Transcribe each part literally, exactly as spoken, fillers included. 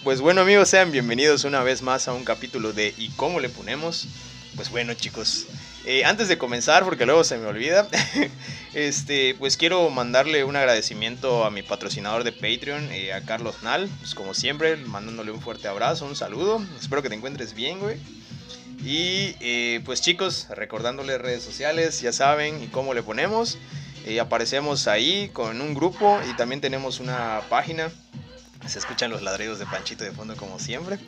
Pues bueno amigos, sean bienvenidos una vez más a un capítulo de ¿Y cómo le ponemos? Pues bueno chicos, eh, antes de comenzar, porque luego se me olvida, este, pues quiero mandarle un agradecimiento a mi patrocinador de Patreon, eh, a Carlos Nal, pues como siempre, mandándole un fuerte abrazo, un saludo, espero que te encuentres bien, güey. Y eh, pues chicos, recordándoles redes sociales, ya saben, ¿y cómo le ponemos? Eh, aparecemos ahí con un grupo y también tenemos una página. Se escuchan los ladridos de Panchito de fondo como siempre.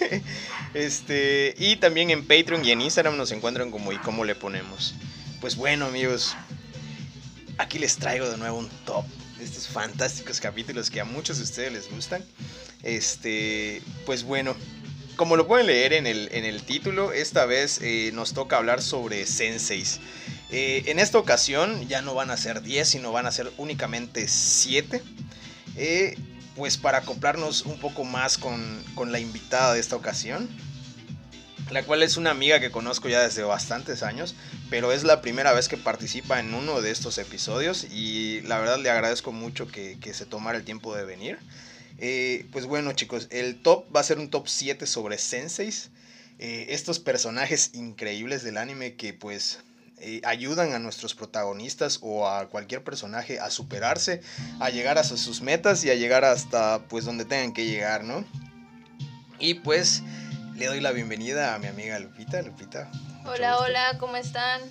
este, y también en Patreon y en Instagram nos encuentran como ¿y cómo le ponemos? Pues bueno amigos, aquí les traigo de nuevo un top de estos fantásticos capítulos que a muchos de ustedes les gustan. Este, pues bueno, como lo pueden leer en el, en el título, esta vez eh, nos toca hablar sobre senseis. Eh, en esta ocasión ya no van a ser diez, sino van a ser únicamente siete. Eh, pues para acoplarnos un poco más con, con la invitada de esta ocasión, la cual es una amiga que conozco ya desde bastantes años, pero es la primera vez que participa en uno de estos episodios y la verdad le agradezco mucho que, que se tomara el tiempo de venir. Eh, pues bueno chicos, el top va a ser un top siete sobre senseis, eh, estos personajes increíbles del anime que pues eh, ayudan a nuestros protagonistas o a cualquier personaje a superarse, a llegar a sus metas y a llegar hasta pues donde tengan que llegar, ¿no? Y pues le doy la bienvenida a mi amiga Lupita. Lupita, hola, gusto. Hola, ¿cómo están?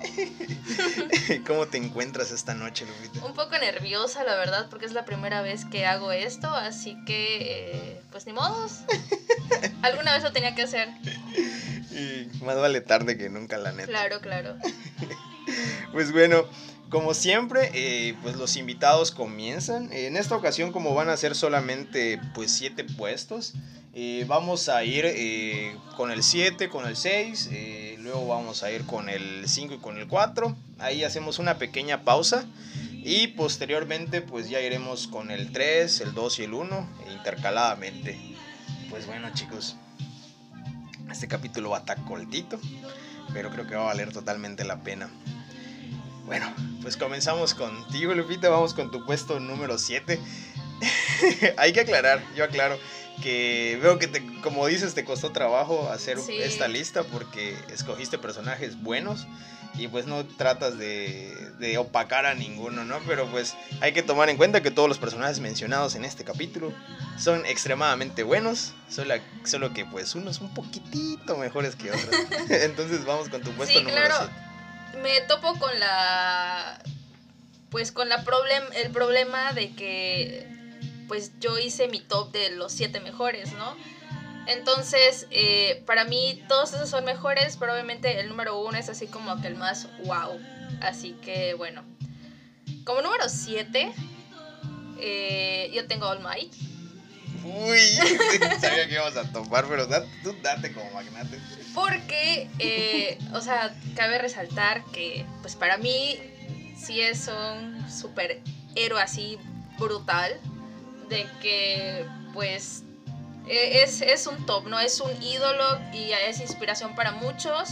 ¿Cómo te encuentras esta noche, Lupita? Un poco nerviosa, la verdad, porque es la primera vez que hago esto, así que, eh, pues ni modos. Alguna vez lo tenía que hacer. Y más vale tarde que nunca, la neta. Claro, claro. Pues bueno, como siempre, eh, pues los invitados comienzan. En esta ocasión, como van a ser solamente pues siete puestos, eh, vamos a ir eh, con el siete, con el seis, eh, luego vamos a ir con el cinco y con el cuatro. Ahí hacemos una pequeña pausa y posteriormente pues ya iremos con el tres, el dos y el uno intercaladamente. Pues bueno chicos, este capítulo va a estar cortito, pero creo que va a valer totalmente la pena. Bueno, pues comenzamos contigo, Lupita. Vamos con tu puesto número siete. Hay que aclarar, yo aclaro, que veo que, te, como dices, te costó trabajo hacer sí. esta lista porque escogiste personajes buenos y pues no tratas de, de opacar a ninguno, ¿no? Pero pues hay que tomar en cuenta que todos los personajes mencionados en este capítulo son extremadamente buenos, solo, solo que pues unos un poquitito mejores que otros. Entonces vamos con tu puesto sí, número claro. siete. Me topo con la pues con la problem, el problema de que pues yo hice mi top de los siete mejores, ¿no? Entonces eh, para mí todos esos son mejores, pero obviamente el número uno es así como que el más wow. Así que bueno, como número siete eh, yo tengo All Might. Uy, sabía que íbamos a topar, pero da, tú date como magnate. Porque, eh, o sea, cabe resaltar que, pues para mí, sí es un superhéroe así brutal, de que, pues, es, es un top, ¿no? Es un ídolo y es inspiración para muchos.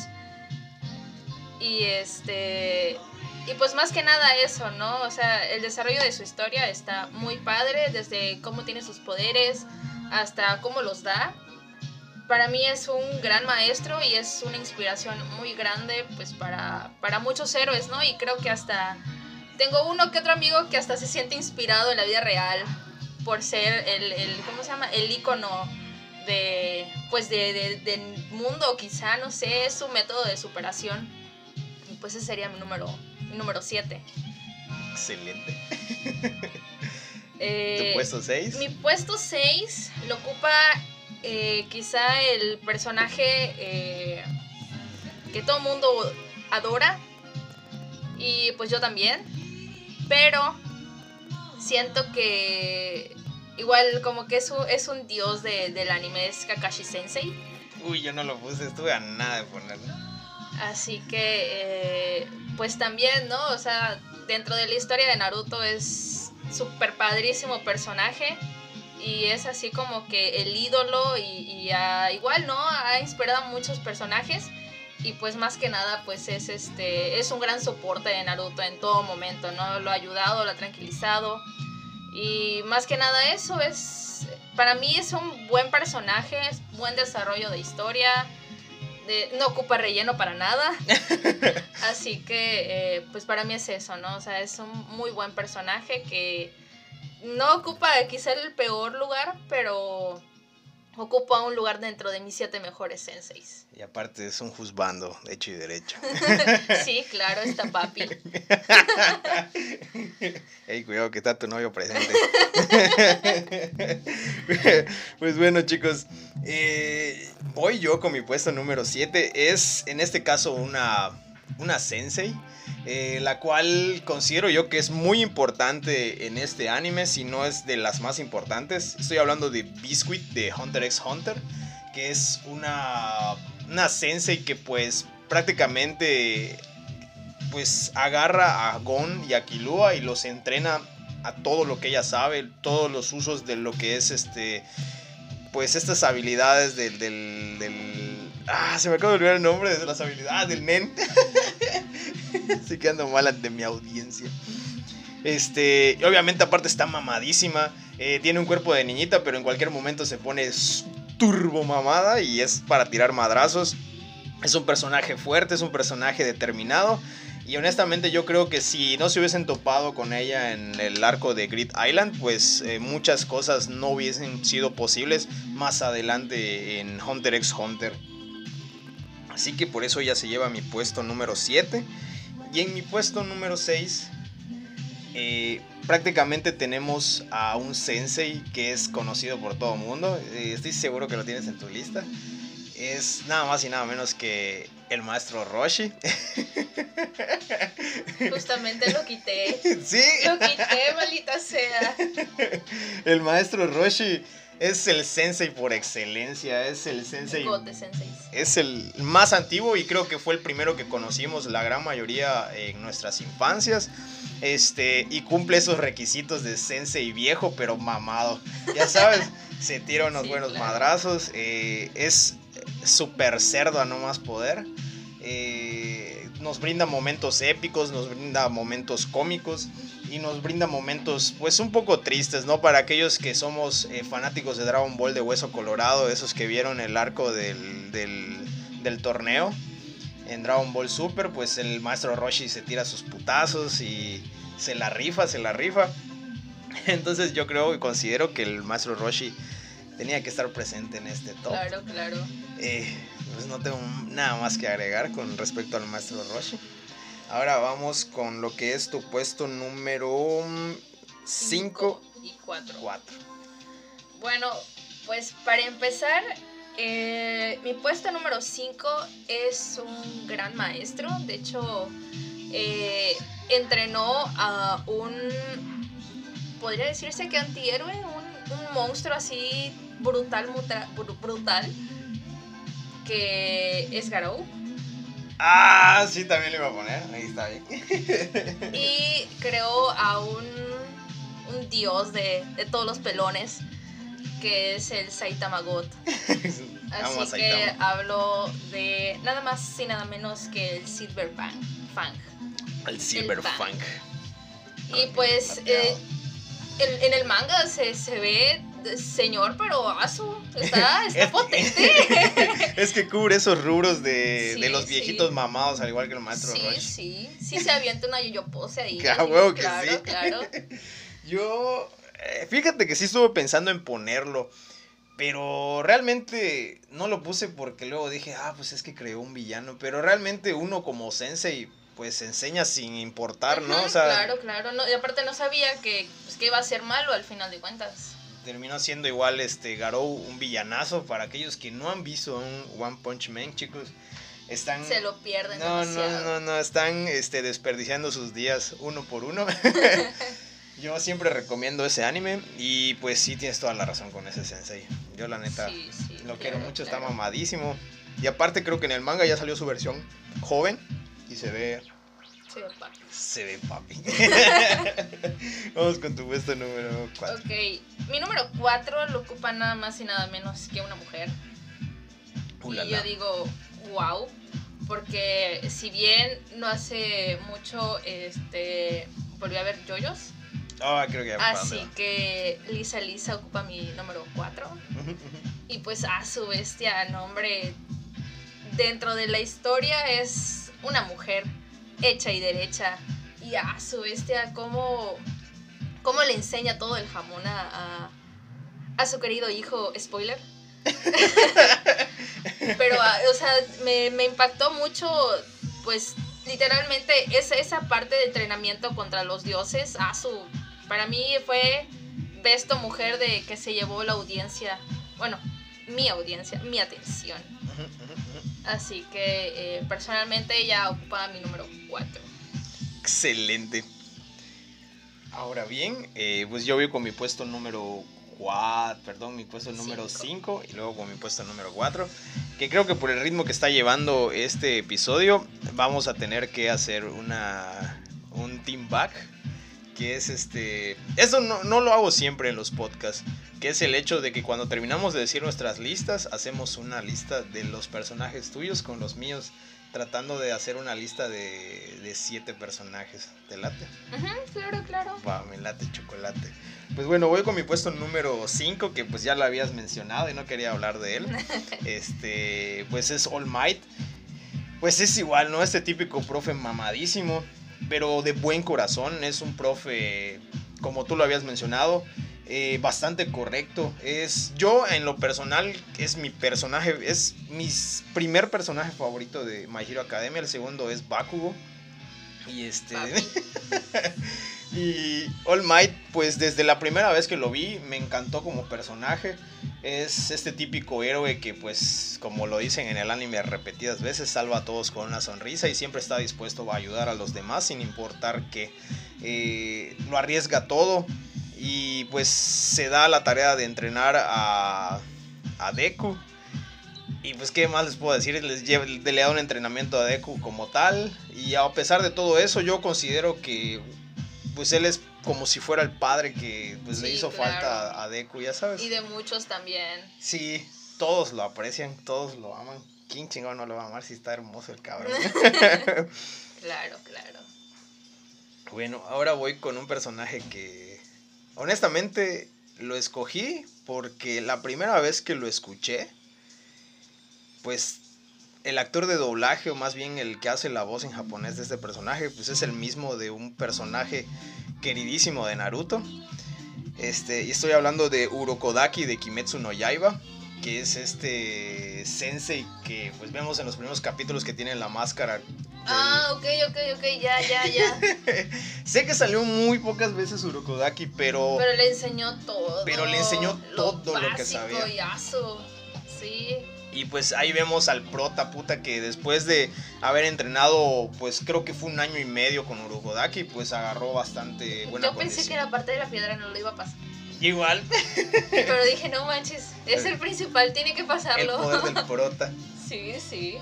Y este... Y pues más que nada eso, ¿no? O sea, el desarrollo de su historia está muy padre, desde cómo tiene sus poderes hasta cómo los da. Para mí es un gran maestro y es una inspiración muy grande pues para, para muchos héroes, ¿no? Y creo que hasta tengo uno que otro amigo que hasta se siente inspirado en la vida real por ser el, el ¿cómo se llama? El ícono de, pues de, de, del mundo, quizá, no sé, es su método de superación. Y pues ese sería mi número número siete. Excelente. eh, ¿Tu puesto seis? Mi puesto seis lo ocupa eh, quizá el personaje eh, que todo el mundo adora y pues yo también, pero siento que igual como que es un, es un dios de, del anime, es Kakashi Sensei. Uy, yo no lo puse, estuve a nada de ponerlo. Así que, eh, pues también, ¿no? O sea, dentro de la historia de Naruto es súper padrísimo personaje. Y es así como que el ídolo y, y uh, igual, ¿no? Ha inspirado a muchos personajes. Y pues más que nada, pues es este es un gran soporte de Naruto en todo momento, ¿no? Lo ha ayudado, lo ha tranquilizado. Y más que nada eso es, para mí es un buen personaje, es buen desarrollo de historia, de, no ocupa relleno para nada. Así que eh, pues para mí es eso, ¿no? O sea, es un muy buen personaje que no ocupa quizá el peor lugar, pero ocupa un lugar dentro de mis siete mejores senseis. Y aparte es un juzbando, hecho y derecho. Sí, claro, está papi. Ey, cuidado que está tu novio presente. Pues bueno, chicos, eh, voy yo con mi puesto número siete. Es en este caso una, una sensei, eh, la cual considero yo que es muy importante en este anime, si no es de las más importantes. Estoy hablando de Biscuit de Hunter x Hunter, que es una, una sensei que pues prácticamente pues agarra a Gon y a Killua y los entrena a todo lo que ella sabe, todos los usos de lo que es este, pues estas habilidades del, del, del ah, se me acaba de olvidar el nombre de las habilidades del nen. Estoy quedando mal ante mi audiencia. Este, obviamente aparte está mamadísima, eh, tiene un cuerpo de niñita, pero en cualquier momento se pone turbo mamada y es para tirar madrazos. Es un personaje fuerte, es un personaje determinado. Y honestamente yo creo que si no se hubiesen topado con ella en el arco de Grid Island, pues eh, muchas cosas no hubiesen sido posibles más adelante en Hunter x Hunter. Así que por eso ella se lleva mi puesto número siete. Y en mi puesto número seis, eh, prácticamente tenemos a un sensei que es conocido por todo el mundo. Eh, estoy seguro que lo tienes en tu lista. Es nada más y nada menos que el maestro Roshi. Justamente lo quité. Sí. Lo quité, maldita sea. El maestro Roshi es el sensei por excelencia. Es el sensei. Gote senseis. Es el más antiguo y creo que fue el primero que conocimos la gran mayoría en nuestras infancias. Este, y cumple esos requisitos de sensei viejo, pero mamado. Ya sabes, se tira unos sí, buenos claro. madrazos. Eh, es super cerdo a no más poder. Eh, nos brinda momentos épicos, nos brinda momentos cómicos y nos brinda momentos pues un poco tristes, ¿no? Para aquellos que somos eh, fanáticos de Dragon Ball de Hueso Colorado, esos que vieron el arco del, del, del torneo en Dragon Ball Super, pues el maestro Roshi se tira sus putazos y se la rifa, se la rifa. Entonces yo creo y considero que el maestro Roshi tenía que estar presente en este top. Claro, claro. Eh, pues no tengo nada más que agregar con respecto al maestro Roshi. Ahora vamos con lo que es tu puesto número cinco y cuatro. cuatro. Bueno, pues para empezar, eh, mi puesto número cinco es un gran maestro. De hecho, eh, entrenó a un, podría decirse que antihéroe, un, un monstruo así brutal, mutra, brutal, que es Garou. Ah, sí, también le iba a poner. Ahí está, ahí. Y creó a un, un dios de, de todos los pelones, que es el Saitama God. Así que Saitama. Hablo de nada más y nada menos que el Silver Fang. Fang. El Silver el Fang. Fang. Y pues eh, en, en el manga se, se ve señor, pero aso, está, está es, potente. Es que cubre esos rubros de, sí, de los viejitos sí. mamados, al igual que el maestro sí, Roshi. Sí, sí, sí se avienta una yo pose ahí. Ah, huevo que claro, sí. Claro. Yo, eh, fíjate que sí estuve pensando en ponerlo, pero realmente no lo puse porque luego dije, ah, pues es que creó un villano, pero realmente uno como sensei pues enseña sin importar, ¿no? Uh-huh, o sea, claro, claro, no, y aparte no sabía que, pues, que iba a ser malo al final de cuentas. Terminó siendo igual este Garou un villanazo. Para aquellos que no han visto un One Punch Man, chicos, están se lo pierden no, demasiado. No, no, no, están este, desperdiciando sus días uno por uno. Yo siempre recomiendo ese anime y pues sí tienes toda la razón con ese sensei. Yo la neta sí, sí, lo claro, quiero mucho, claro. Está mamadísimo. Y aparte creo que en el manga ya salió su versión joven y se ve... Se ve papi. Se ve papi. Vamos con tu puesto número cuatro. Ok, mi número cuatro lo ocupa nada más y nada menos que una mujer. Ulala. Y yo digo, wow, porque si bien no hace mucho este volví a ver JoJo's, Ah, oh, creo que ya me Así que Lisa Lisa ocupa mi número cuatro. Y pues a su bestia, nombre, dentro de la historia es una mujer hecha y derecha. Y a su bestia, cómo, cómo le enseña todo el jamón a, a, a su querido hijo, spoiler. Pero, o sea, me, me impactó mucho, pues, literalmente, esa, esa parte de entrenamiento contra los dioses. A su, para mí fue besto mujer de que se llevó la audiencia, bueno, mi audiencia, mi atención. Así que, eh, personalmente, ella ocupa mi número cuatro. Excelente. Ahora bien, eh, pues yo voy con mi puesto número cuatro, perdón, mi puesto número cinco y luego con mi puesto número cuatro, que creo que por el ritmo que está llevando este episodio vamos a tener que hacer una un team back, que es este, eso no, no lo hago siempre en los podcasts, que es el hecho de que cuando terminamos de decir nuestras listas, hacemos una lista de los personajes tuyos con los míos, tratando de hacer una lista de, de siete personajes. ¿Te late? Uh-huh, claro, claro. Va, me late chocolate. Pues bueno, voy con mi puesto número cinco, que pues ya lo habías mencionado y no quería hablar de él. Este, pues es All Might. Pues es igual, ¿no? Este típico profe mamadísimo, pero de buen corazón. Es un profe, como tú lo habías mencionado, eh, bastante correcto. Es, yo en lo personal, es mi personaje, es mi primer personaje favorito de My Hero Academia. El segundo es Bakugo. Y este... y All Might, pues desde la primera vez que lo vi, me encantó como personaje. Es este típico héroe que, pues, como lo dicen en el anime repetidas veces, salva a todos con una sonrisa y siempre está dispuesto a ayudar a los demás sin importar que eh, lo arriesga todo. Y pues se da la tarea de entrenar a, a Deku. Y pues qué más les puedo decir, les lleva, le da un entrenamiento a Deku como tal. Y a pesar de todo eso, yo considero que pues él es como si fuera el padre que pues sí, le hizo claro. falta a, a Deku, ya sabes. Y de muchos también. Sí, todos lo aprecian, todos lo aman. ¿Quién chingado no lo va a amar si está hermoso el cabrón? Claro, claro. Bueno, ahora voy con un personaje que honestamente lo escogí porque la primera vez que lo escuché, pues el actor de doblaje, o más bien el que hace la voz en japonés de este personaje, pues es el mismo de un personaje queridísimo de Naruto. Este, y estoy hablando de Urokodaki de Kimetsu no Yaiba, que es este sensei que pues vemos en los primeros capítulos que tiene la máscara. Del... Ah, ok, ok, ok, ya, ya, ya. Sé que salió muy pocas veces Urokodaki, pero... Pero le enseñó todo. Pero le enseñó todo lo, lo que sabía. Y aso, sí. Y pues ahí vemos al prota puta que después de haber entrenado, pues creo que fue un año y medio con Urokodaki, pues agarró bastante buena Yo pensé condición. que la parte de la piedra no lo iba a pasar. Igual. Pero dije, no manches, es el principal, tiene que pasarlo. El poder del prota. Sí, sí.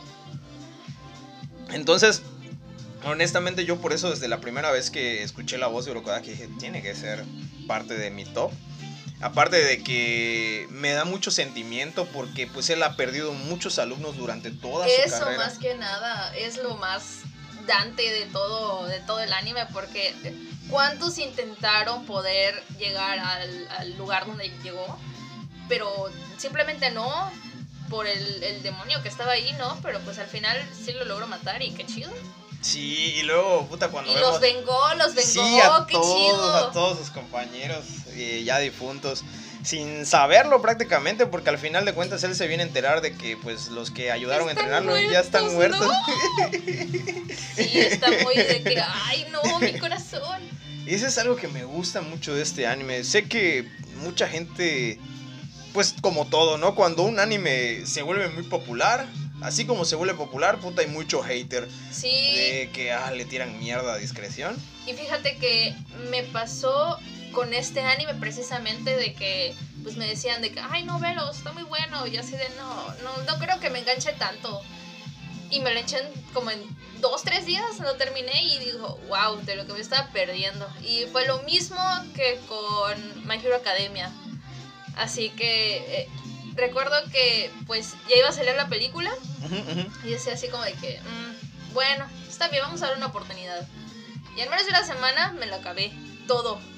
Entonces, honestamente yo por eso desde la primera vez que escuché la voz de Urokodaki dije, tiene que ser parte de mi top. Aparte de que me da mucho sentimiento porque pues él ha perdido muchos alumnos durante toda Eso, su carrera. Eso más que nada es lo más dante de todo, de todo el anime, porque cuántos intentaron poder llegar al, al lugar donde llegó, pero simplemente no, por el, el demonio que estaba ahí, ¿no? Pero pues al final sí lo logró matar y qué chido. Sí, y luego, puta, cuando Y vemos... los vengó, los vengó, sí, a qué todos, chido. a todos sus compañeros eh, ya difuntos, sin saberlo prácticamente, porque al final de cuentas él se viene a enterar de que pues los que ayudaron están a entrenarlo muertos, ya están muertos. ¿No? Sí, está muy de que, ay no, mi corazón. Y eso es algo que me gusta mucho de este anime. Sé que mucha gente, pues como todo, ¿no? Cuando un anime se vuelve muy popular, así como se vuelve popular, puta, hay mucho hater. Sí. De que ah, le tiran mierda a discreción. Y fíjate que me pasó con este anime precisamente de que pues me decían de que, ay no, velo, está muy bueno. Y así de, no, no, no creo que me enganche tanto. Y me lo eché en, como en dos, tres días, lo terminé y digo, wow, de lo que me estaba perdiendo. Y fue lo mismo que con My Hero Academia. Así que eh, recuerdo que pues ya iba a salir la película. Uh-huh, uh-huh. Y decía así como de que, mmm, bueno, está bien, vamos a dar una oportunidad. Y en menos de una semana me lo acabé todo.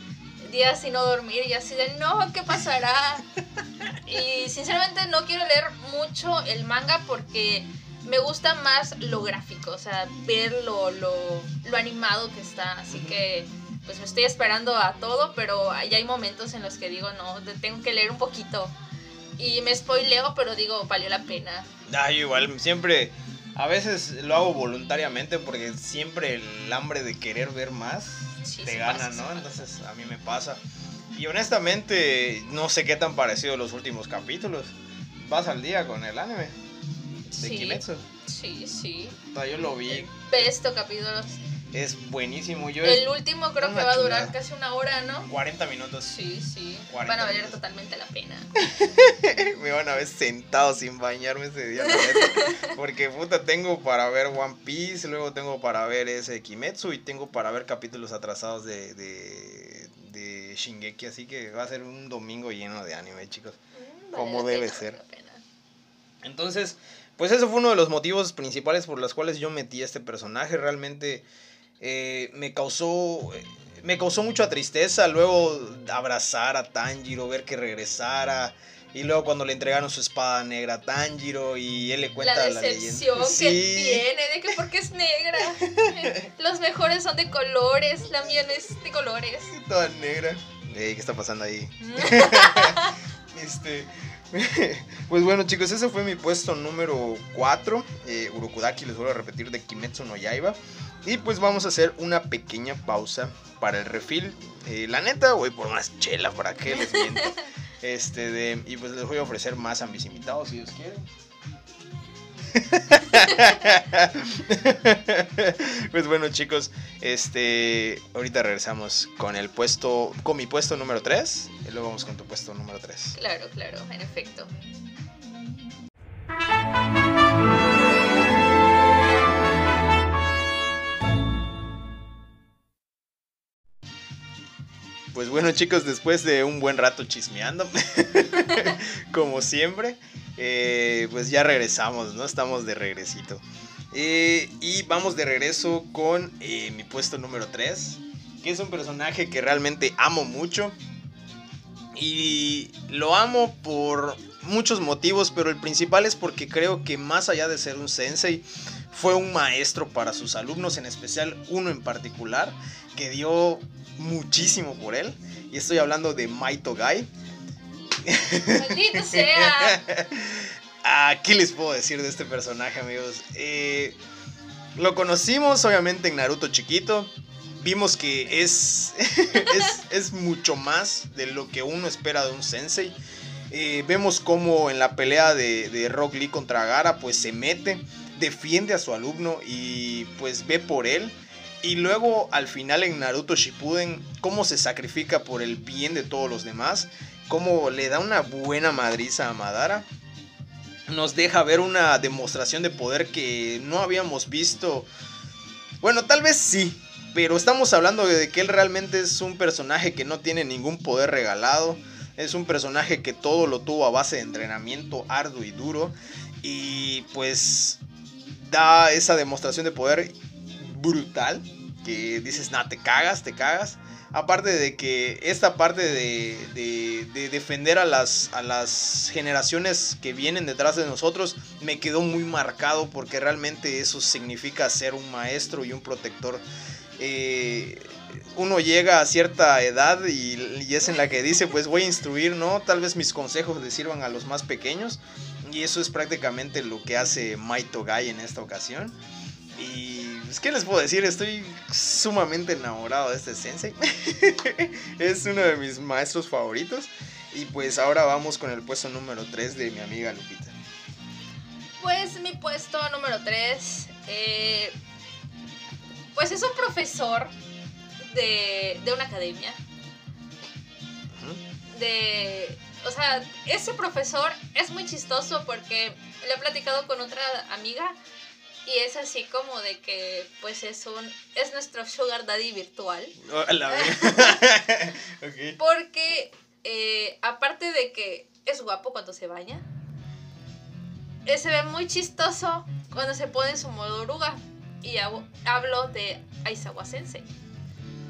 días sin no dormir y así de no, ¿qué pasará? Y sinceramente no quiero leer mucho el manga porque me gusta más lo gráfico, o sea, ver lo, lo, lo animado que está, así uh-huh. que pues me estoy esperando a todo, pero ya hay momentos en los que digo, no, tengo que leer un poquito y me spoileo, pero digo, valió la pena. Ah, yo igual, siempre, a veces lo hago voluntariamente porque siempre el hambre de querer ver más sí, te gana, pasa, ¿no? Entonces a mí me pasa. Y honestamente, no sé qué tan parecido los últimos capítulos. ¿Vas al día con el anime de sí, Kimetsu? Sí, sí. O sea, yo lo vi. Pesto capítulos. Es buenísimo. Yo el es último creo que va a durar chulada. Casi una hora, ¿no? cuarenta minutos. Sí, sí. Van a valer minutos. Totalmente la pena. Me van a ver sentado sin bañarme ese día. Porque puta, tengo para ver One Piece, luego tengo para ver ese de Kimetsu y tengo para ver capítulos atrasados de, de, de Shingeki. Así que va a ser un domingo lleno de anime, chicos. Mm, vale como debe pena, ser. Vale Entonces, pues eso fue uno de los motivos principales por los cuales yo metí a este personaje. Realmente eh, me causó eh, me causó mucha tristeza luego abrazar a Tanjiro, ver que regresara. Y luego cuando le entregaron su espada negra a Tanjiro y él le cuenta la leyenda. La decepción que sí. tiene de que porque es negra. Los mejores son de colores, la mía no es de colores. Toda negra. Ey, ¿qué está pasando ahí? este... Pues bueno, chicos, ese fue mi puesto número cuatro, eh, Urokudaki, les vuelvo a repetir, de Kimetsu no Yaiba. Y pues vamos a hacer una pequeña pausa para el refill. eh, La neta, voy por más chela, ¿para qué les miento? Este, de, y pues les voy a ofrecer más a mis invitados, si Dios quiere. Pues bueno, chicos, este, ahorita regresamos con el puesto, con mi puesto número tres. Y luego vamos con tu puesto número tres. Claro, claro, en efecto. Pues bueno, chicos, después de un buen rato chismeando, como siempre, eh, pues ya regresamos, ¿no? Estamos de regresito. Eh, y vamos de regreso con eh, mi puesto número tres, que es un personaje que realmente amo mucho. Y lo amo por muchos motivos, pero el principal es porque creo que más allá de ser un sensei, fue un maestro para sus alumnos, en especial uno en particular, que dio muchísimo por él. Y estoy hablando de Maito Gai. ¡Maldito sea! Ah, ¿qué les puedo decir de este personaje, amigos? Eh, lo conocimos obviamente en Naruto chiquito. Vimos que es, es, es mucho más de lo que uno espera de un sensei. Eh, vemos cómo en la pelea de, de Rock Lee contra Gaara, pues se mete, defiende a su alumno y pues ve por él. Y luego al final en Naruto Shippuden, cómo se sacrifica por el bien de todos los demás. Cómo le da una buena madriza a Madara. Nos deja ver una demostración de poder que no habíamos visto. Bueno, tal vez sí, pero estamos hablando de que él realmente es un personaje que no tiene ningún poder regalado. Es un personaje que todo lo tuvo a base de entrenamiento arduo y duro. Y pues da esa demostración de poder brutal, que dices, nah, te cagas, te cagas. Aparte de que esta parte de, de, de defender a las, a las generaciones que vienen detrás de nosotros me quedó muy marcado, porque realmente eso significa ser un maestro y un protector. Eh, uno llega a cierta edad y, y es en la que dice, pues voy a instruir, ¿no? Tal vez mis consejos les sirvan a los más pequeños. Y eso es prácticamente lo que hace Maito Gai en esta ocasión. Y pues, ¿qué les puedo decir? Estoy sumamente enamorado de este sensei. Es uno de mis maestros favoritos. Y pues ahora vamos con el puesto número tres de mi amiga Lupita. Pues mi puesto número tres, eh, pues es un profesor de, de una academia. De, o sea, ese profesor es muy chistoso porque le he platicado con otra amiga. Y es así como de que, pues es un, es nuestro sugar daddy virtual. Oh, la okay. Porque, eh, aparte de que es guapo cuando se baña, eh, se ve muy chistoso cuando se pone en su modo oruga. Y hab- hablo de Aizawa Sensei.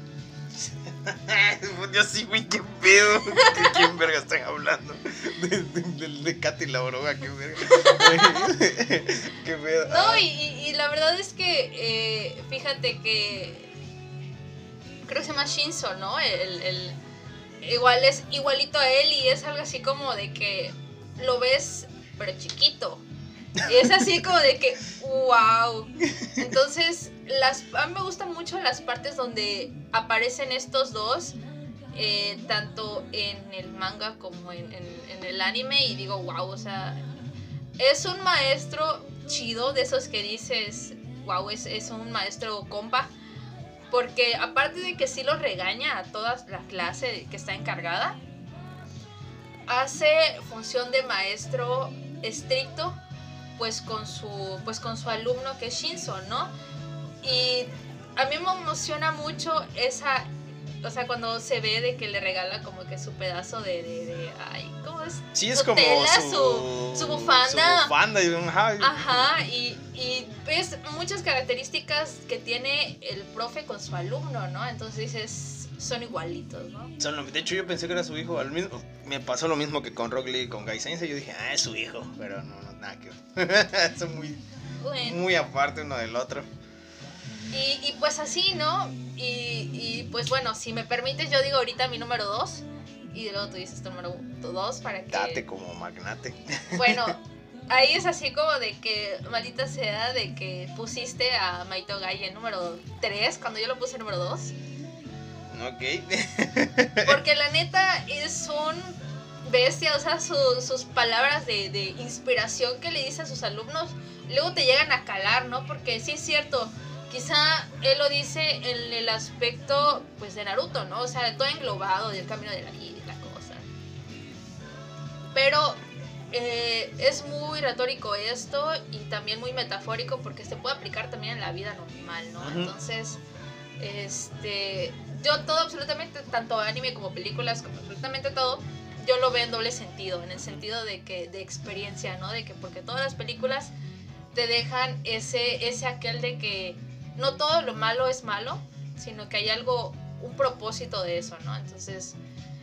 Yo sí, güey, qué pedo. ¿De quién verga están hablando? De, de, de, de Katy la Broga, qué verga. Qué pedo. No, y, y la verdad es que, eh, fíjate que creo que se llama Shinzo, ¿no? El, el, igual es igualito a él y es algo así como de que lo ves, pero chiquito. Y es así como de que, wow. Entonces, las, a mí me gustan mucho las partes donde aparecen estos dos, eh, tanto en el manga como en, en, en el anime, y digo, wow, o sea, es un maestro chido, de esos que dices, wow, es, es un maestro compa, porque aparte de que sí los regaña a toda la clase que está encargada, hace función de maestro estricto, pues con su pues con su alumno que es Shinzo, ¿no? Y a mí me emociona mucho esa, o sea, cuando se ve de que le regala como que su pedazo de, de, de ay, ¿cómo es? Sí, es su como tela, su, su, su bufanda. Su bufanda y un ajá. Ajá, y, y ves muchas características que tiene el profe con su alumno, ¿no? Entonces dices, son igualitos, ¿no? Son lo- de hecho, yo pensé que era su hijo. Al mismo, me pasó lo mismo que con Rock Lee y con Gai Sensei. Yo dije, ah, es su hijo. Pero no, no nada que ver. Son muy, Bueno. muy aparte uno del otro. Y, y pues así, ¿no? Y, y pues bueno, si me permites, yo digo ahorita mi número dos. Y luego tú dices tu número dos para que... Date como magnate. Bueno, ahí es así como de que, maldita sea, de que pusiste a Maito Gai en número tres cuando yo lo puse en número dos. Ok. Porque la neta es un bestia, o sea, su- sus palabras de, de inspiración que le dice a sus alumnos, luego te llegan a calar, ¿no? Porque sí es cierto, quizá él lo dice en el aspecto, pues, de Naruto, ¿no? O sea, todo englobado del camino de la vida y la cosa. Pero eh, es muy retórico esto y también muy metafórico porque se puede aplicar también en la vida normal, ¿no? Ujú. Entonces, este, yo todo absolutamente, tanto anime como películas, como absolutamente todo, yo lo veo en doble sentido, en el sentido de que de experiencia, ¿no? De que porque todas las películas te dejan ese ese aquel de que no todo lo malo es malo, sino que hay algo, un propósito de eso, ¿no? Entonces,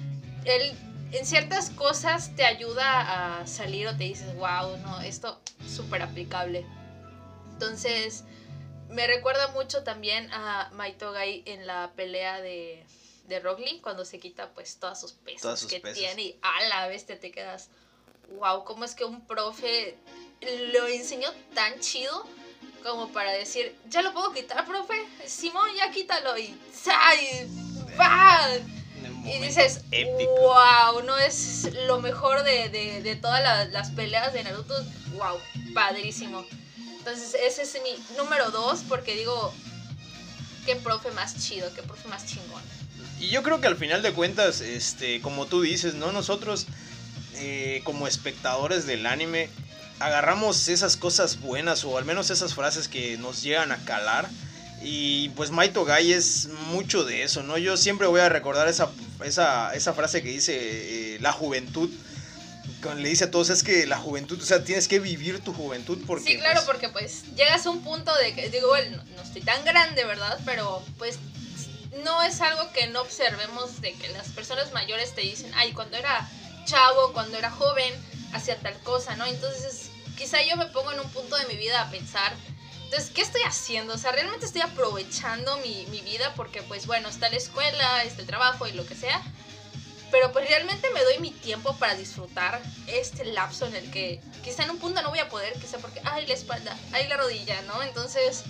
él en ciertas cosas te ayuda a salir o te dices, wow, no, esto es súper aplicable. Entonces, me recuerda mucho también a Maito Gai en la pelea de, de Rock Lee, cuando se quita pues todas sus pesas Todas sus que pesas. tiene y a la bestia te quedas, wow, ¿cómo es que un profe lo enseñó tan chido como para decir, ya lo puedo quitar, profe? Simón, ya quítalo y ¡za! Y ¡va! Y dices, épico. wow, no es lo mejor de, de, de todas las, las peleas de Naruto, wow, padrísimo. Entonces ese es mi número dos porque digo, qué profe más chido, qué profe más chingón. Y yo creo que al final de cuentas, este, como tú dices, ¿no? Nosotros, eh, como espectadores del anime, agarramos esas cosas buenas o al menos esas frases que nos llegan a calar. Y pues Maito Gai es mucho de eso, ¿no? Yo siempre voy a recordar esa, esa, esa frase que dice eh, la juventud. Cuando le dice a todos, es que la juventud, o sea, tienes que vivir tu juventud porque... Sí, claro, pues, porque pues llegas a un punto de que, digo, bueno, no, no estoy tan grande, ¿verdad? Pero pues no es algo que no observemos de que las personas mayores te dicen, ay, cuando era chavo, cuando era joven, hacía tal cosa, ¿no? Entonces, quizá yo me pongo en un punto de mi vida a pensar, entonces, ¿qué estoy haciendo? O sea, ¿realmente estoy aprovechando mi, mi vida? Porque, pues, bueno, está la escuela, está el trabajo y lo que sea. Pero, pues, realmente me doy mi tiempo para disfrutar este lapso en el que quizá en un punto no voy a poder, quizá porque, ay, la espalda, ay, la rodilla, ¿no? Entonces,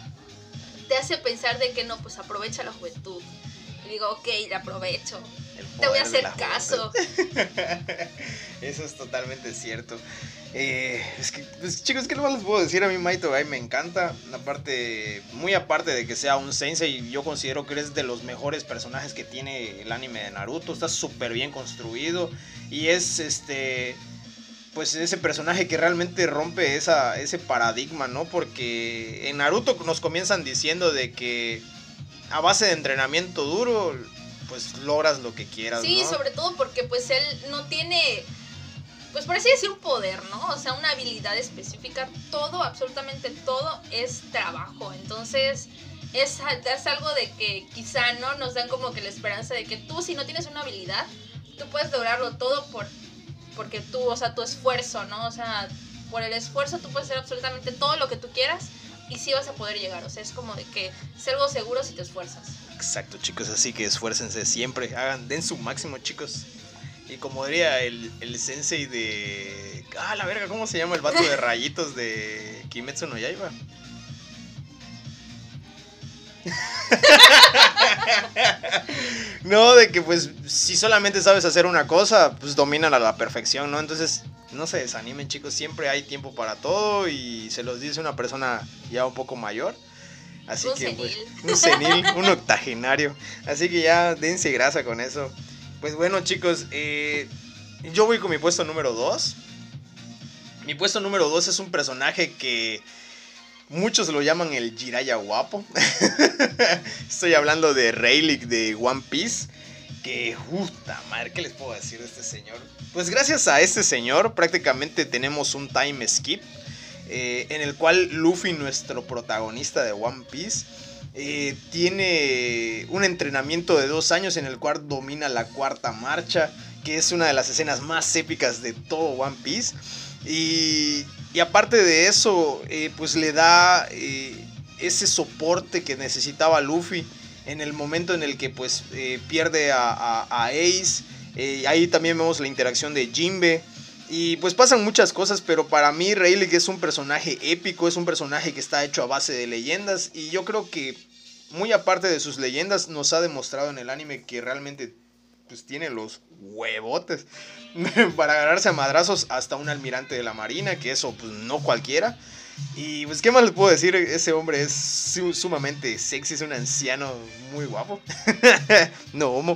te hace pensar de que no, pues, aprovecha la juventud. Y digo, ok, la aprovecho. Te voy a hacer caso. Eso es totalmente cierto. Eh, es que, pues, chicos, ¿qué más les puedo decir? A mí Maito Gai me encanta. Aparte, muy aparte de que sea un sensei, yo considero que es de los mejores personajes que tiene el anime de Naruto. Está súper bien construido y es este... pues ese personaje que realmente rompe esa, ese paradigma, ¿no? Porque en Naruto nos comienzan diciendo de que a base de entrenamiento duro, pues logras lo que quieras, Sí, ¿no? sobre todo porque pues él no tiene, pues por así decir, un poder, ¿no? O sea, una habilidad específica. Todo, absolutamente todo es trabajo. Entonces, es, es algo de que quizá no nos dan como que la esperanza de que tú, si no tienes una habilidad, tú puedes lograrlo todo por porque tú, o sea, tu esfuerzo, ¿no? O sea, por el esfuerzo tú puedes hacer absolutamente todo lo que tú quieras y sí vas a poder llegar. O sea, es como de que es algo seguro si te esfuerzas. Exacto, chicos, así que esfuércense siempre, hagan, den su máximo, chicos. Y como diría el, el sensei de... Ah, la verga, ¿cómo se llama el vato de rayitos de Kimetsu no Yaiba? No, de que pues si solamente sabes hacer una cosa, pues dominan a la perfección, ¿no? Entonces no se desanimen, chicos, siempre hay tiempo para todo y se los dice una persona ya un poco mayor. Así un que senil. pues un senil, un octogenario. Así que ya dense grasa con eso. Pues bueno, chicos, eh, yo voy con mi puesto número dos. Mi puesto número dos es un personaje que muchos lo llaman el Jiraiya guapo. Estoy hablando de Rayleigh de One Piece. Que, puta madre, ¿qué les puedo decir de este señor? Pues gracias a este señor prácticamente tenemos un time skip. Eh, en el cual Luffy, nuestro protagonista de One Piece, eh, tiene un entrenamiento de dos años en el cual domina la cuarta marcha, que es una de las escenas más épicas de todo One Piece. Y, y aparte de eso, eh, pues le da eh, ese soporte que necesitaba Luffy en el momento en el que pues eh, pierde a, a, a Ace. Eh, ahí también vemos la interacción de Jinbe. Y pues pasan muchas cosas, pero para mí Rayleigh es un personaje épico, es un personaje que está hecho a base de leyendas. Y yo creo que muy aparte de sus leyendas nos ha demostrado en el anime que realmente pues tiene los huevotes para agarrarse a madrazos hasta un almirante de la marina, que eso pues no cualquiera. Y pues qué más les puedo decir, ese hombre es sumamente sexy, es un anciano muy guapo. No homo.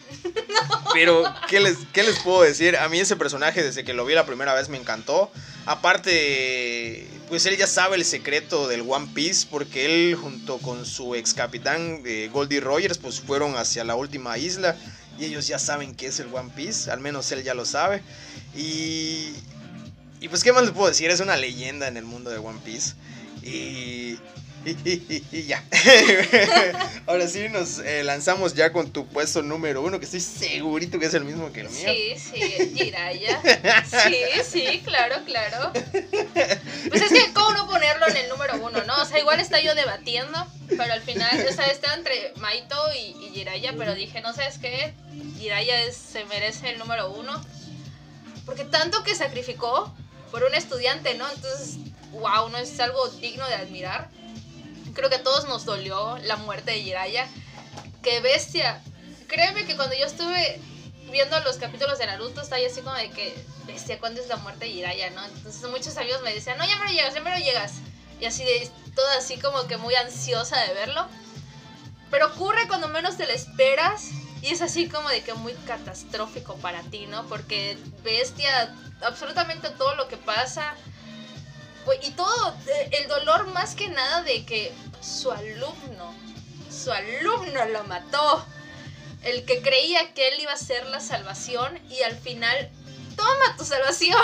Pero, ¿qué les, ¿qué les puedo decir? A mí ese personaje, desde que lo vi la primera vez, me encantó. Aparte, pues él ya sabe el secreto del One Piece, porque él, junto con su ex capitán eh, Goldie Rogers, pues fueron hacia la última isla. Y ellos ya saben qué es el One Piece, al menos él ya lo sabe. Y, y pues, ¿qué más les puedo decir? Es una leyenda en el mundo de One Piece. Y... Y, y, y ya. Ahora sí nos eh, lanzamos ya con tu puesto número uno, que estoy segurito que es el mismo que el mío. Sí, sí, Jiraiya. Sí, sí, claro, claro. Pues es que, ¿cómo no ponerlo en el número uno, no? O sea, igual está yo debatiendo, pero al final, o sea, está entre Maito y, y Jiraiya, pero dije, no sabes qué, Jiraiya es, se merece el número uno, porque tanto que sacrificó por un estudiante, ¿no? Entonces, wow, no es algo digno de admirar. Creo que a todos nos dolió la muerte de Jiraiya. ¡Qué bestia! Créeme que cuando yo estuve viendo los capítulos de Naruto, estaba yo así como de que, bestia, ¿cuándo es la muerte de Jiraiya, no? Entonces muchos amigos me decían, no, ya me lo llegas, ya me lo llegas. Y así de, toda así como que muy ansiosa de verlo. Pero ocurre cuando menos te lo esperas. Y es así como de que muy catastrófico para ti, ¿no? Porque, bestia, absolutamente todo lo que pasa... Y todo, el dolor más que nada de que su alumno, su alumno lo mató. El que creía que él iba a ser la salvación y al final, ¡toma tu salvación!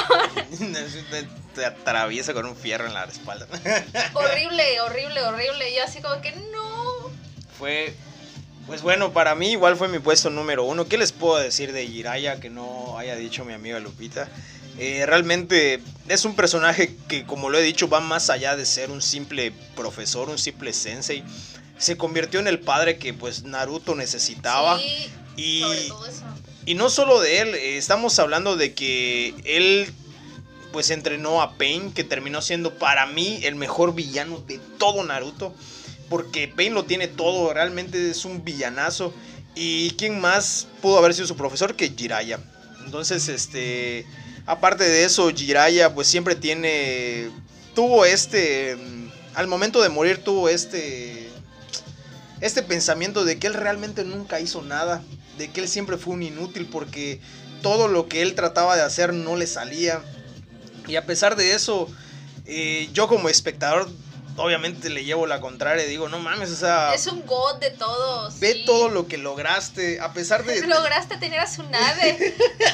Te atraviesa con un fierro en la espalda. Horrible, horrible, horrible. Yo así como que no. Fue, pues bueno, para mí igual fue mi puesto número uno. ¿Qué les puedo decir de Jiraiya que no haya dicho mi amiga Lupita? Eh, realmente es un personaje que, como lo he dicho, va más allá de ser un simple profesor, un simple sensei. Se convirtió en el padre que pues Naruto necesitaba. Sí, y, sobre todo eso. Y no solo de él, eh, estamos hablando de que él pues entrenó a Pain, que terminó siendo para mí el mejor villano de todo Naruto. Porque Pain lo tiene todo, realmente es un villanazo. ¿Y quién más pudo haber sido su profesor que Jiraiya? Entonces, este... aparte de eso, Jiraiya pues siempre tiene, tuvo este, al momento de morir tuvo este, este pensamiento de que él realmente nunca hizo nada, de que él siempre fue un inútil porque todo lo que él trataba de hacer no le salía. Y a pesar de eso, eh, yo como espectador obviamente le llevo la contraria y digo, no mames, o sea... es un god de todos. Ve sí. todo lo que lograste, a pesar de... Lograste tener a Tsunade.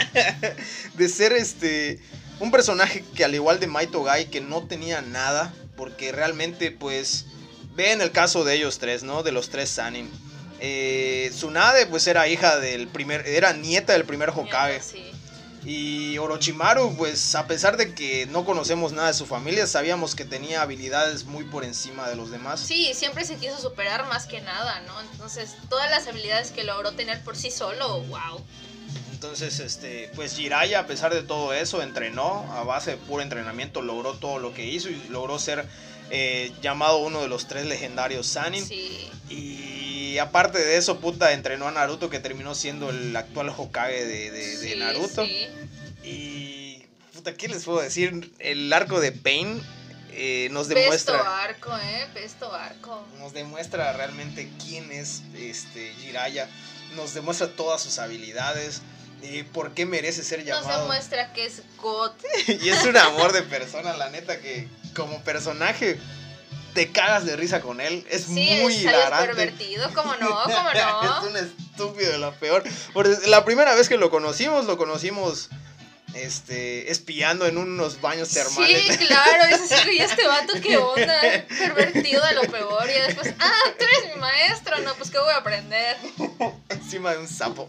De ser este un personaje que al igual de Maito Gai, que no tenía nada, porque realmente pues Ven el caso de ellos tres, ¿no? De los tres Sannin. Eh, Tsunade pues era hija del primer, era nieta del primer Hokage. Sí. Y Orochimaru, pues a pesar de que no conocemos nada de su familia, sabíamos que tenía habilidades muy por encima de los demás. Sí, siempre se quiso superar más que nada, ¿no? Entonces, todas las habilidades que logró tener por sí solo, wow. Entonces, este, pues Jiraiya, a pesar de todo eso, entrenó a base de puro entrenamiento, logró todo lo que hizo y logró ser eh, llamado uno de los tres legendarios Sannin. Sí. Y aparte de eso, puta, entrenó a Naruto, que terminó siendo el actual Hokage de, de, de Sí, Naruto. sí. Y, puta, ¿qué les puedo decir? El arco de Pain eh, nos demuestra... Pesto arco, eh, pesto arco. Nos demuestra realmente quién es este Jiraiya. Nos demuestra todas sus habilidades. Eh, ¿Por qué merece ser llamado? Nos demuestra que es God. Y es un amor de persona, la neta, que como personaje te cagas de risa con él. Es Sí, muy es hilarante. pervertido, ¿cómo no? ¿Cómo no? Es un estúpido de lo peor. Porque la primera vez que lo conocimos, lo conocimos este espiando en unos baños termales. Sí, claro, es así, ¿y este vato qué onda? Pervertido de lo peor. Y después, ah, tú eres mi maestro. No, pues ¿qué voy a aprender? Encima de un sapo.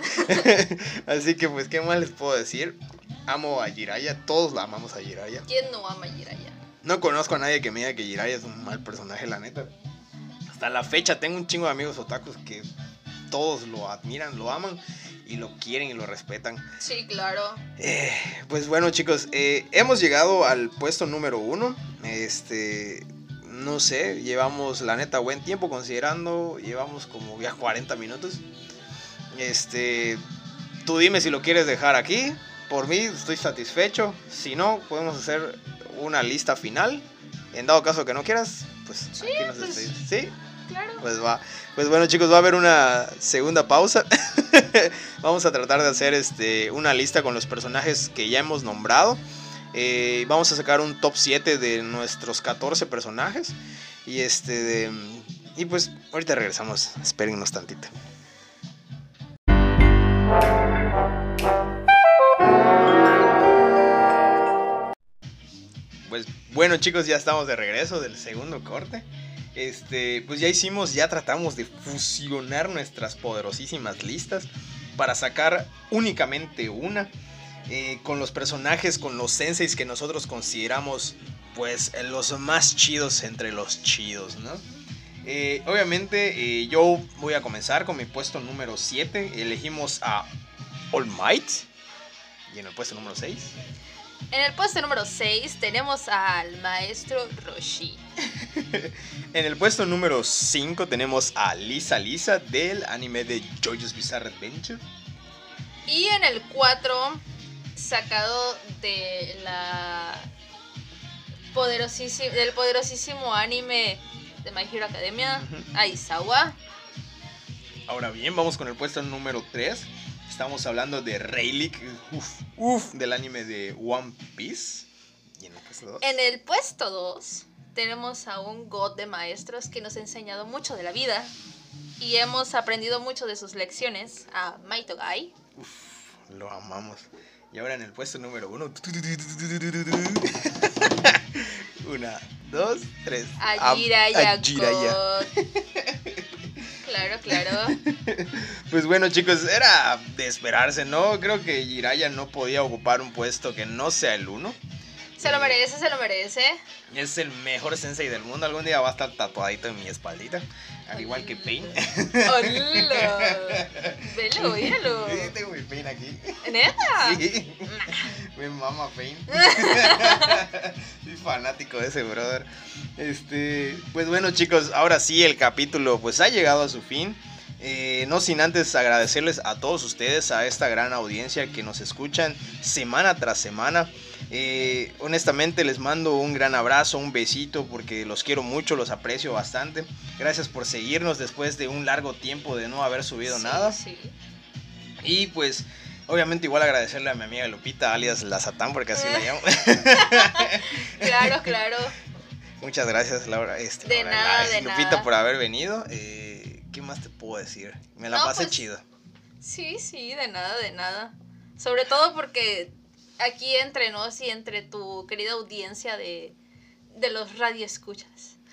Así que pues, ¿qué más les puedo decir? Amo a Jiraiya, todos la amamos a Jiraiya. ¿Quién no ama a Jiraiya? No conozco a nadie que me diga que Jiraiya es un mal personaje, la neta. Hasta la fecha tengo un chingo de amigos otakus que todos lo admiran, lo aman y lo quieren y lo respetan. Sí, claro. Eh, pues bueno, chicos, eh, hemos llegado al puesto número uno. Este, no sé, llevamos la neta buen tiempo considerando, llevamos como ya cuarenta minutos. Este, tú dime si lo quieres dejar aquí. Por mí estoy satisfecho. Si no, podemos hacer una lista final. En dado caso que no quieras, pues Sí, aquí nos pues, despedimos. ¿Sí? Claro. Pues va. Pues bueno, chicos, va a haber una segunda pausa. Vamos a tratar de hacer este una lista con los personajes que ya hemos nombrado. Eh, vamos a sacar un top siete de nuestros catorce personajes. Y este de, y pues ahorita regresamos. Espérennos tantito. Pues bueno, chicos, ya estamos de regreso del segundo corte. Este, pues ya hicimos, ya tratamos de fusionar nuestras poderosísimas listas para sacar únicamente una, eh, con los personajes, con los senseis que nosotros consideramos pues los más chidos entre los chidos, ¿no? Eh, obviamente eh, yo voy a comenzar con mi puesto número siete. Elegimos a All Might. Y en el puesto número seis. En el puesto número seis tenemos al maestro Roshi. En el puesto número cinco tenemos a Lisa Lisa del anime de JoJo's Bizarre Adventure. Y en el cuatro, sacado de la poderosísimo, del poderosísimo anime de My Hero Academia, Uh-huh. Aizawa. Ahora bien, vamos con el puesto número tres. Estamos hablando de Rayleigh, uf, uf, del anime de One Piece. Y en el puesto dos. En el puesto dos tenemos a un god de maestros que nos ha enseñado mucho de la vida y hemos aprendido mucho de sus lecciones, a Maitogai. Uf, lo amamos. Y ahora en el puesto número uno. Una, dos, tres. A Jiraiya. A Jiraiya. God. Claro, claro. Pues bueno, chicos, era de esperarse, ¿no? Creo que Jiraiya no podía ocupar un puesto que no sea el uno. Se lo merece, se lo merece. Es el mejor sensei del mundo. Algún día va a estar tatuadito en mi espaldita. Al igual que Pain. ¡Hola! Velo, míralo. Sí, tengo mi Pain aquí. ¿Neta? Sí. Me mama Pain. Soy fanático de ese brother. Este, pues bueno, chicos, ahora sí el capítulo pues ha llegado a su fin. Eh, no sin antes agradecerles a todos ustedes, a esta gran audiencia que nos escuchan semana tras semana. Eh, honestamente les mando un gran abrazo, un besito, porque los quiero mucho, los aprecio bastante. Gracias por seguirnos después de un largo tiempo de no haber subido Sí, nada. sí. Y pues obviamente igual agradecerle a mi amiga Lupita, alias la Satán, porque así la llamo. Claro, claro. Muchas gracias, Laura. Este, De Laura, nada, la- de Lupita, nada. por haber venido. Eh, ¿Qué más te puedo decir? Me la No, pasé pues, chido. Sí, sí, de nada, de nada. Sobre todo porque aquí entre nos y entre tu querida audiencia de, de los radioescuchas,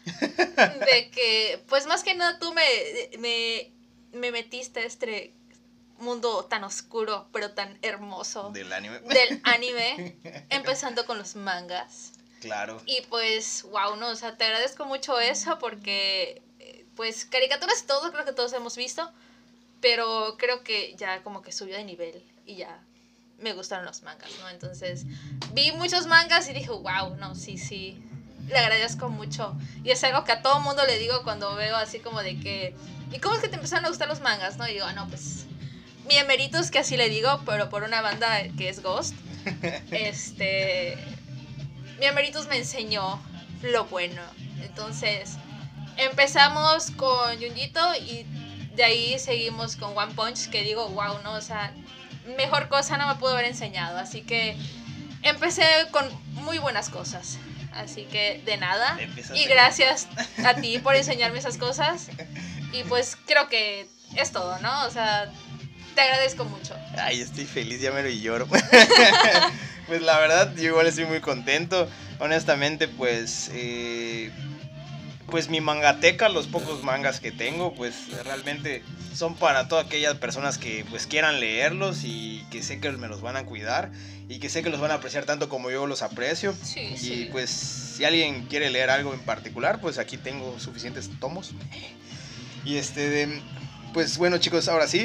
De que, pues más que nada tú me, me, me metiste a este mundo tan oscuro, pero tan hermoso. Del anime. Del anime, empezando con los mangas. Claro. Y pues, wow, no, o sea, te agradezco mucho eso porque, pues, caricaturas y todo, creo que todos hemos visto, pero creo que ya como que subió de nivel y ya me gustaron los mangas, ¿no? Entonces, vi muchos mangas y dije, wow, no, sí, sí, le agradezco mucho. Y es algo que a todo mundo le digo cuando veo así como de que, ¿y cómo es que te empezaron a gustar los mangas, no? Y digo, ah, no, pues, mi emérito es que así le digo, pero por una banda que es Ghost, este... mi emeritus me enseñó lo bueno. Entonces, empezamos con Junjito y de ahí seguimos con One Punch, que digo, wow, no, o sea, mejor cosa no me pudo haber enseñado. Así que empecé con muy buenas cosas. Así que de nada. Y gracias a ti por enseñarme esas cosas. Y pues creo que es todo, ¿no? O sea, te agradezco mucho. Ay, estoy feliz, ya me lo lloro. Pues la verdad, yo igual estoy muy contento. Honestamente, pues, eh, pues mi mangateca, los pocos mangas que tengo, pues realmente son para todas aquellas personas que pues quieran leerlos y que sé que me los van a cuidar y que sé que los van a apreciar tanto como yo los aprecio. Sí, y sí. Pues si alguien quiere leer algo en particular, pues aquí tengo suficientes tomos. Y este, de, pues bueno chicos, ahora sí.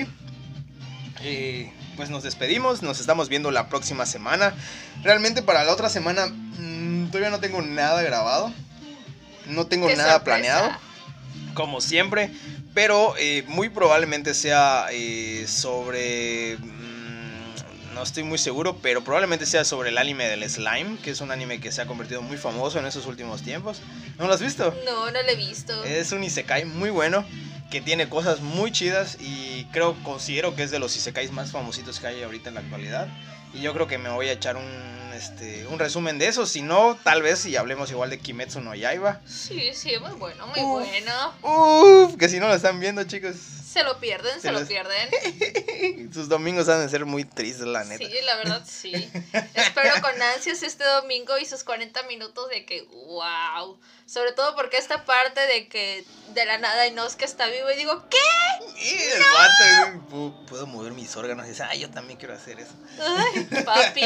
Eh, pues nos despedimos, nos estamos viendo la próxima semana. Realmente para la otra semana mmm, todavía no tengo nada grabado. No tengo nada sorpresa. planeado, como siempre. Pero eh, muy probablemente sea eh, sobre... Mmm, no estoy muy seguro, pero probablemente sea sobre el anime del slime, que es un anime que se ha convertido muy famoso en esos últimos tiempos. ¿No lo has visto? No, no lo he visto. Es un isekai muy bueno, que tiene cosas muy chidas y creo, considero que es de los isekais más famositos que hay ahorita en la actualidad. Y yo creo que me voy a echar un, este, un resumen de eso, si no, tal vez si hablemos igual de Kimetsu no Yaiba. Sí, sí, muy bueno, muy uf, bueno. Uf, que si no lo están viendo, chicos. Se lo pierden, se, se lo los... pierden. Sus domingos han de ser muy tristes, la neta. Sí, la verdad, sí. Espero con ansias este domingo y sus cuarenta minutos de que, wow. Sobre todo porque esta parte de que de la nada Inosuke está vivo y digo, ¿qué? Y el ¡No! vato, puedo, puedo mover mis órganos y dice, ay, yo también quiero hacer eso. Ay, papi.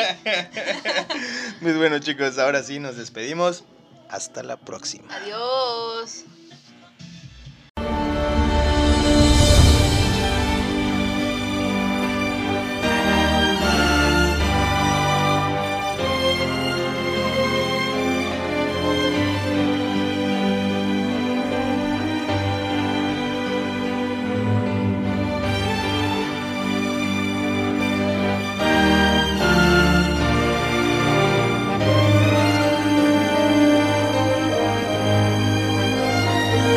Pues bueno, chicos, ahora sí nos despedimos. Hasta la próxima. Adiós.